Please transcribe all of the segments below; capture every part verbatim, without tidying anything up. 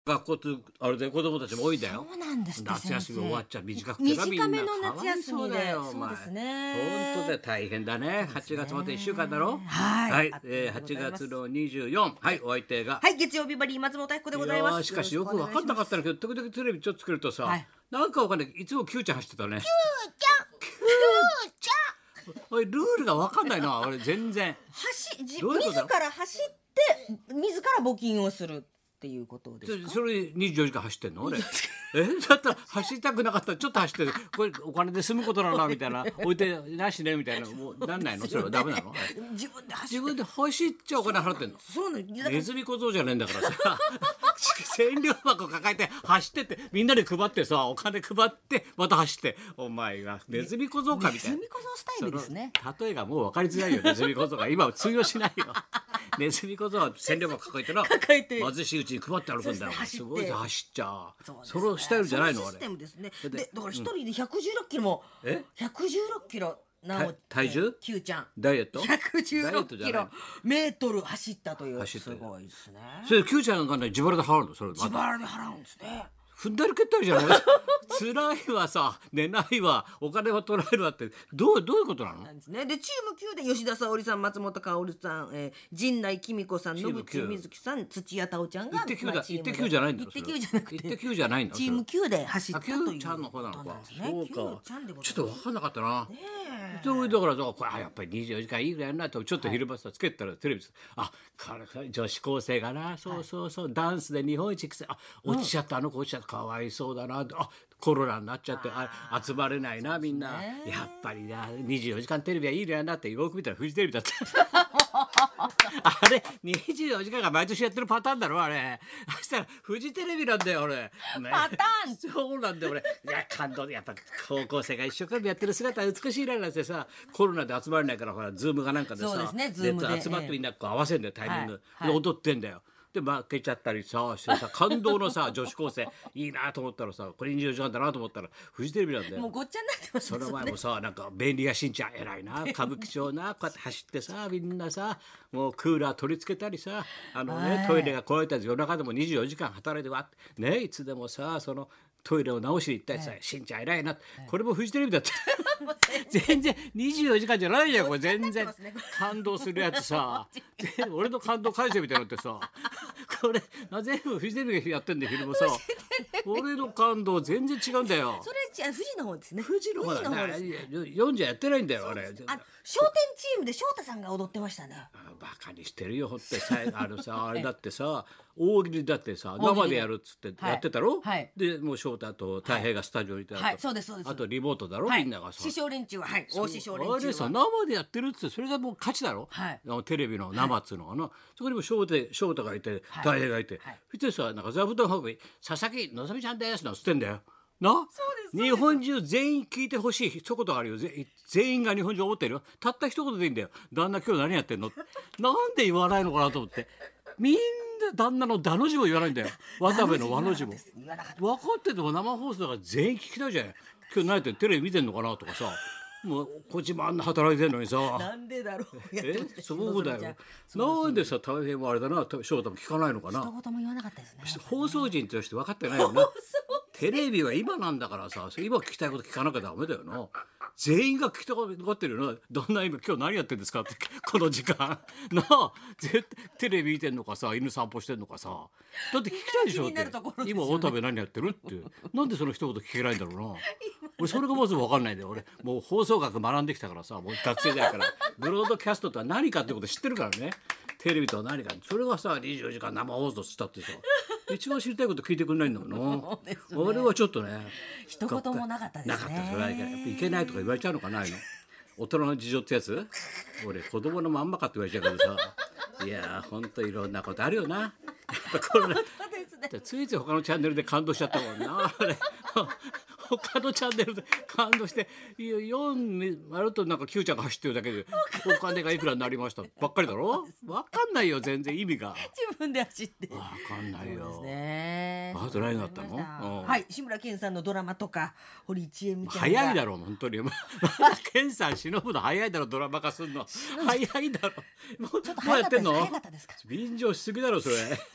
学校とあれで子供たちも多いんだよ。 そうなんですって。 夏休み終わっちゃ短くて短めの夏休みで。 そうですね。 本当で大変だね。はちがつまでいっしゅうかんだろ。 はい。 はい。えー、はちがつのにじゅうよっか、はい、お相手が。 はい、月曜日バリー松本明子でございます。 しかしよく分かんなかったんだけど、時々テレビちょっとつけるとさ、なんかわかんない。いつもキューちゃん走ってたね。キューちゃん。キューちゃん。 おい、ルールが分かんないな、俺全然。 走、自ら走って自ら募金をする。っていうことですか。 それにじゅうよじかん走ってんの俺。え、だったら走りたくなかったらちょっと走ってこれお金で済むことなのみたいな、置いてなしねみたいな、もうなんないのそれはダメなの。 自分で走自分で走っちゃお金払ってんの。 そうなんネズミ小僧じゃねえんだからさ。千両箱抱えて走ってってみんなで配ってさ、お金配ってまた走って、お前がネズミ小僧かみたいな。 ネズミ小僧スタイルですね。 例えがもう分かりづらいよ。ネズミ小僧が今は通用しないよ。ネズミ小僧は千両箱抱えてな、 抱えて貧しいうちに配って歩くんだよ。すごいぞ走っちゃう。そのスタイルじゃないのあれ。 システムですね。でだから一人でひゃくじゅうろっキロも、ひゃくじゅうろっキロな体重？ キューちゃんダイエット？ ひゃくじゅうろっキロメートル走ったという。すごいですね。 それキューちゃんがね自腹で払うのそれ。 自腹で払うんですね。 踏んだり蹴ったりじゃない。辛いわさ、寝ないわ、お金は取られるわってどうどういうことなの？ なんですね。でチームきゅうで吉田沙保里さん、松本薫さん、えー、陣内貴美子さん、野口みずきさん、土屋太鳳ちゃんが一滴きゅうだ。一滴きゅうじゃないんだ。 一滴きゅうじゃなくて一滴きゅうじゃないんだ。 チームきゅうで走ったという。 キューちゃんの方なのか。 そうか。ちょっと分かんなかったな。それだからこれやっぱりにじゅうよじかんいいぐらいやんなとちょっと昼間さつけたらテレビです。あ、女子高生がな、そうそうそうダンスで日本一くせ、あ落ちちゃったあの子落ちちゃったかわいそうだな。あコロナになっちゃってあ集まれないなみんな。やっぱりなにじゅうよじかんテレビはいいのやなってよく見たらフジテレビだった。あれにじゅうよじかんが毎年やってるパターンだろあれ。そしたらフジテレビなんだよ俺、ね、 パターンそうなんだよ俺。いや感動でやっぱ高校生が一生懸命やってる姿は美しいななんてさ、コロナで集まれないからほらズームがなんかでさ、 そうですね、ズームで集まってみんなこう合わせんだよタイミング、 はいはい、 で踊ってんだよ。で負けちゃったりさしてさ、感動のさ女子高生いいなと思ったらさ、これにじゅうよじかんだなと思ったらフジテレビなんだよ。 もうごっちゃになってます。 その前もさなんか便利屋しんちゃん偉いな、歌舞伎町なこうやって走ってさ、みんなさもうクーラー取り付けたりさ、あのねトイレが壊れたら夜中でもにじゅうよじかん働いてわってね、いつでもさそのトイレを直しに行ったりさ、しんちゃん偉いな、これもフジテレビだった。全然にじゅうよじかんじゃないじゃんこれ。全然感動するやつさ、俺の感動返せみたいになってさ、これ全部フジテレビがやってんだよ昼もさ。俺の感動全然違うんだよ。 それじゃ富士の方ですね。 富士の方だね。よんじゃやってないんだよあれ。あ、 笑点チームで翔太さんが踊ってましたね。 バカにしてるよほってさ、あのさあれだってさ大喜利だってさ生でやるっつってやってたろ、はい、でもう翔太と太平がスタジオにいて、 はい、そうですそうです。 あとリモートだろ、はい、みんながさ師匠連中は、はい、大師匠連中はあれさ生でやってるっつってそれがもう勝ちだろ、はい、テレビの生っつうのかな、はい、そこにも翔太翔太がいて太平がいて、はい、そしてさなんか座布団運び佐々木のぞみちゃんですなんつってんだよな。日本中全員聞いてほしい一言があるよ。全員が日本中思ってるよ。たった一言でいいんだよ。旦那今日何やってんのなんで言わないのかなと思って。みんな旦那のダの字も言わないんだよ。渡部の和の字も分かってても生放送だから全員聞きたいじゃない。今日何やってんテレビ見てんのかなとかさ、もうこっちもあんな働いてんのにさ、 なんでだろう。 えそうだよ。なんでさ大変もあれだな、翔太も聞かないのかな。 一言も言わなかったですね。 放送人として分かってないよな。テレビは今なんだからさ、今聞きたいこと聞かなきゃダメだよな。全員が聞きたがってるよな。どんな今今日何やってんですかってこの時間なあ、絶対テレビ見てんのかさ、犬散歩してんのかさ、だって聞きたいでしょって。今渡部何やってるってなんでその一言聞けないんだろうな。俺それがまず分かんないんだよ。俺もう放送学学んできたからさ、もう学生時代からブロードキャストとは何かってこと知ってるからね。テレビとは何か、それがさにじゅうよじかん生放送したってさ一番知りたいこと聞いてくれないんだもんな。俺はちょっとね一言もなかったですね。 なかった。それはいけない。やっぱいけないとか言われちゃうのかないの。大人の事情ってやつ。俺子供のまんまかって言われちゃうからさ、いやーほんといろんなことあるよな。やっぱこれついつい他のチャンネルで感動しちゃったもんな。あれ他のチャンネルで感動してよんあるとなんか Q ちゃんが走ってるだけでお金がいくらになりましたばっかりだろ。分かんないよ全然意味が。 自分で走って分かんないよ。 そうですね。 あと何があったの、 うん、はい、志村けんさんのドラマとか堀ちえみちゃんが早いだろう本当に。けんさん忍ぶの早いだろ、ドラマ化すんの早いだろ。もうちょっと早かったです。早かったですか。 便乗しすぎだろそれ。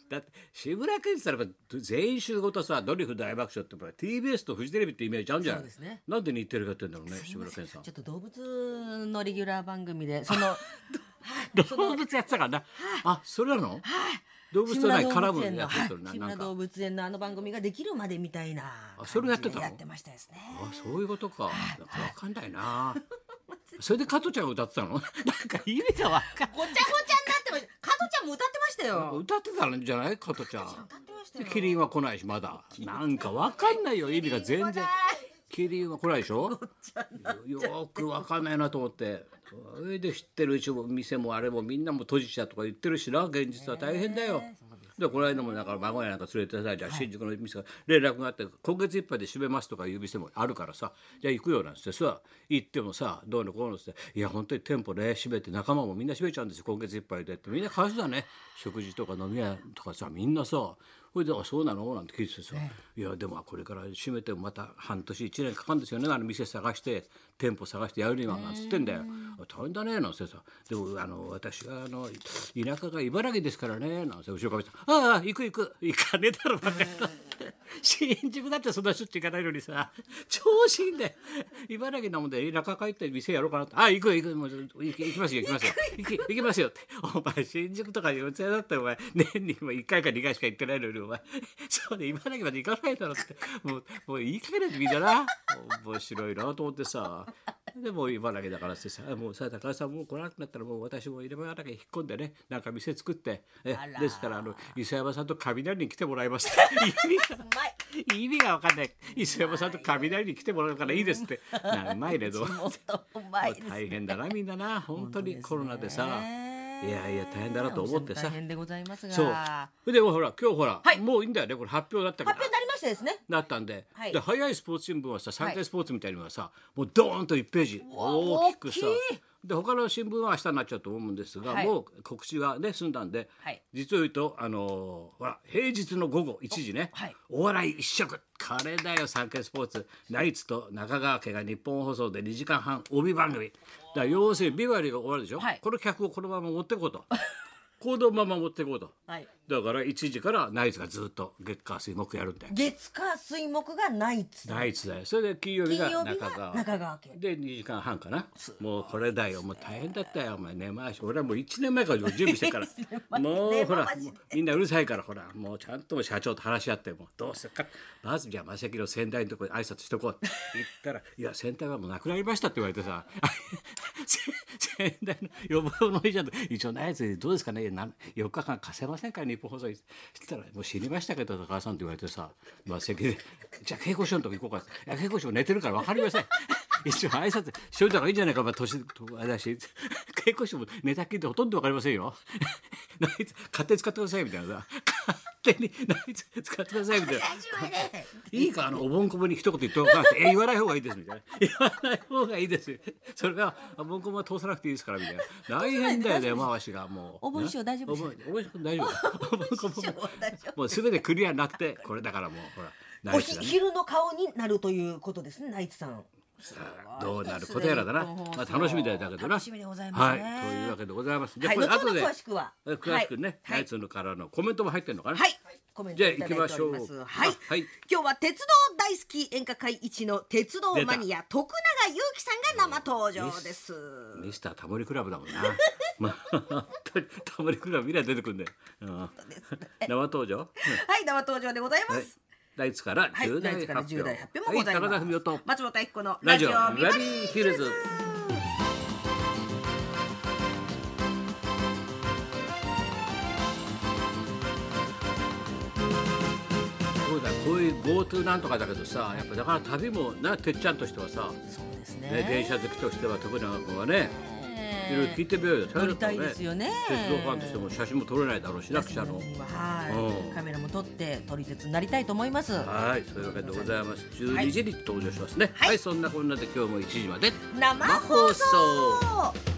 だって志村けんさんは全員集合とさドリフ大爆笑って ティービーエス とフジテレビってイメージあるんじゃない。 そうですね。 なんで日テレがやってんだろうね志村けんさん。 ちょっと動物のレギュラー番組でその動物やってたからな。あ、それなの。動物とない絡むやつとな。 志村動物園のあの番組ができるまでみたいなあ、それやってたの。 やってましたですね。 あ、そういうことか。なんかわかんないな。それで加トちゃんが歌ってたの。なんか意味がわかんない。 ごちゃごちゃになってました。加トちゃんも歌ってましたよ。 歌ってたんじゃない加トちゃん。 歌ってましたよ。 キリンは来ないしまだ。なんかわかんないよ意味が全然。キリンは来ないでしょ。よくわかんないなと思って。それで知ってるうちも店もあれもみんなも閉じちゃとか言ってるしな。現実は大変だよ。でこの間もなんか孫やなんか連れてさじゃあ新宿の店が連絡があって今月いっぱいで閉めますとかいう店もあるからさじゃあ行くよなんつってさ行ってもさどうのこうのっていや本当に店舗ね閉めて仲間もみんな閉めちゃうんですよ今月いっぱいでってみんなかわいそうだね食事とか飲み屋とかさみんなさそれで「あそうなの?」なんて聞いてさ「いやでもこれから閉めてもまた半年いちねんかかるんですよねあの店探して店舗探してやるには」なんつってんだよ「大変だね」なんつってさ「でもあの私はあの田舎が茨城ですからね」なんて後ろから見て「ああ行く行く行かねえだろバカ野郎」新宿だってそんなしょっちゅう行かないのにさ調子いいんだよ茨城なもんで田舎帰って店やろうかなって「ああ行く行くもう行き行きますよ行きますよ行き行きますよ」って「お前新宿とか四谷だってお前年にいっかいかにかいしか行ってないのにお前そうで茨城まで行かないだろ」ってもうもう言いかけないでみんなな面白いなと思ってさでも茨城だからってさもうさ高橋さんもう来なくなったらもう私も入れ歯だけ引っ込んでねなんか店作ってえですからあの磯山さんと雷に来てもらいますって意味が意味が分かんない磯山さんと雷に来てもらうからいいですってなうまいねどう大変だなみんなな本当にコロナでさいやいや大変だなと思ってさ大変でございますがそうでもほら今日ほら、はい、もういいんだよねこれ発表だったけど発表になりましたですねなったんで、 はい、 で早いスポーツ新聞はさサンケイスポーツみたいにはさ、はい、もうドーンといちページ大きくさで他の新聞は明日になっちゃうと思うんですが、はい、もう告知がね済んだんで、はい、実を言うとあのー、ほら平日の午後いちじね お,、はい、お笑い一色これだよサンケイスポーツナイツと中川家が日本放送でにじかんはん帯番組だから要するにビバリーが終わるでしょ、はい、この客をこのまま持っていこうと行動まま持っていこうと、はい、だからいちじからナイツがずっと月火水木やるんだよ月火水木がナイツナイツだよそれで金曜日が中川中川家でにじかんはんかなもうこれだよもう大変だったよお前根回し俺はもういちねんまえから準備してからもうほらみんなうるさいからほらもうちゃんと社長と話し合ってもどうするかまずじゃあマセキの先代のところに挨拶しとこうって言ったらいや先代はもう亡くなりましたって言われてさ先代の予防の医者と一応ナイツどうですかねよっかかん貸せませんか日本放送にしたらもう知りましたけど高橋さんって言われてさまあ席でじゃあ稽古師のとこ行こうかいや稽古師も寝てるから分かりません一応挨拶しといた方がいいんじゃないかまあ年あれだし稽古師も寝たっきりでほとんど分かりませんよナイツ勝手に使ってくださいみたいなさ勝手にナイツ使ってくださいみたいないいかあのおぼんこぼに一言言っておかなくてえ言わない方がいいですみたいな言わない方がいいですそれがおぼんこぼは通さなくていいですからみたいな大変だよね回しがもうおぼん師匠大丈夫ですおぼん師匠大丈夫おぼんこぼもうすべてクリアになってこれだからもうほらナイツ、ね、お昼の顔になるということですねナイツさんどうなることやらだな、まあ、楽しみだけどな楽しみでございますね、 はい、というわけでございますで、はい、これ後で詳しくは詳しくね、はい、ナイツのからのコメントも入ってるのかなはいコメントじゃあ行きましょうはい、 はい、今日は鉄道大好き演歌会一の鉄道マニア徳永ゆうきさんが生登場ですミスタータモリクラブだもんなまあ本当にタモリクラブ未来出てくるんだよ、うん、生登場、うん、 はい生登場でございます、はいナイツから重大発表、はい、 重大発表もございます、はい、高田文夫と松本明子のラジオビバリーヒルズそうだこういう GoTo なんとかだけどさやっぱだから旅もなてっちゃんとしてはさそうですね、 ね電車好きとしては徳永君はねいろいろ聞いてみようよ。 乗りたいですよね。 鉄道ファンとしても写真も撮れないだろうしな、記者の。 はい。カメラも撮って撮り鉄になりたいと思います。 はい、そういうわけでございます。じゅうにじに登場しますね。はい、そんなこんなで今日もいちじまで生放送。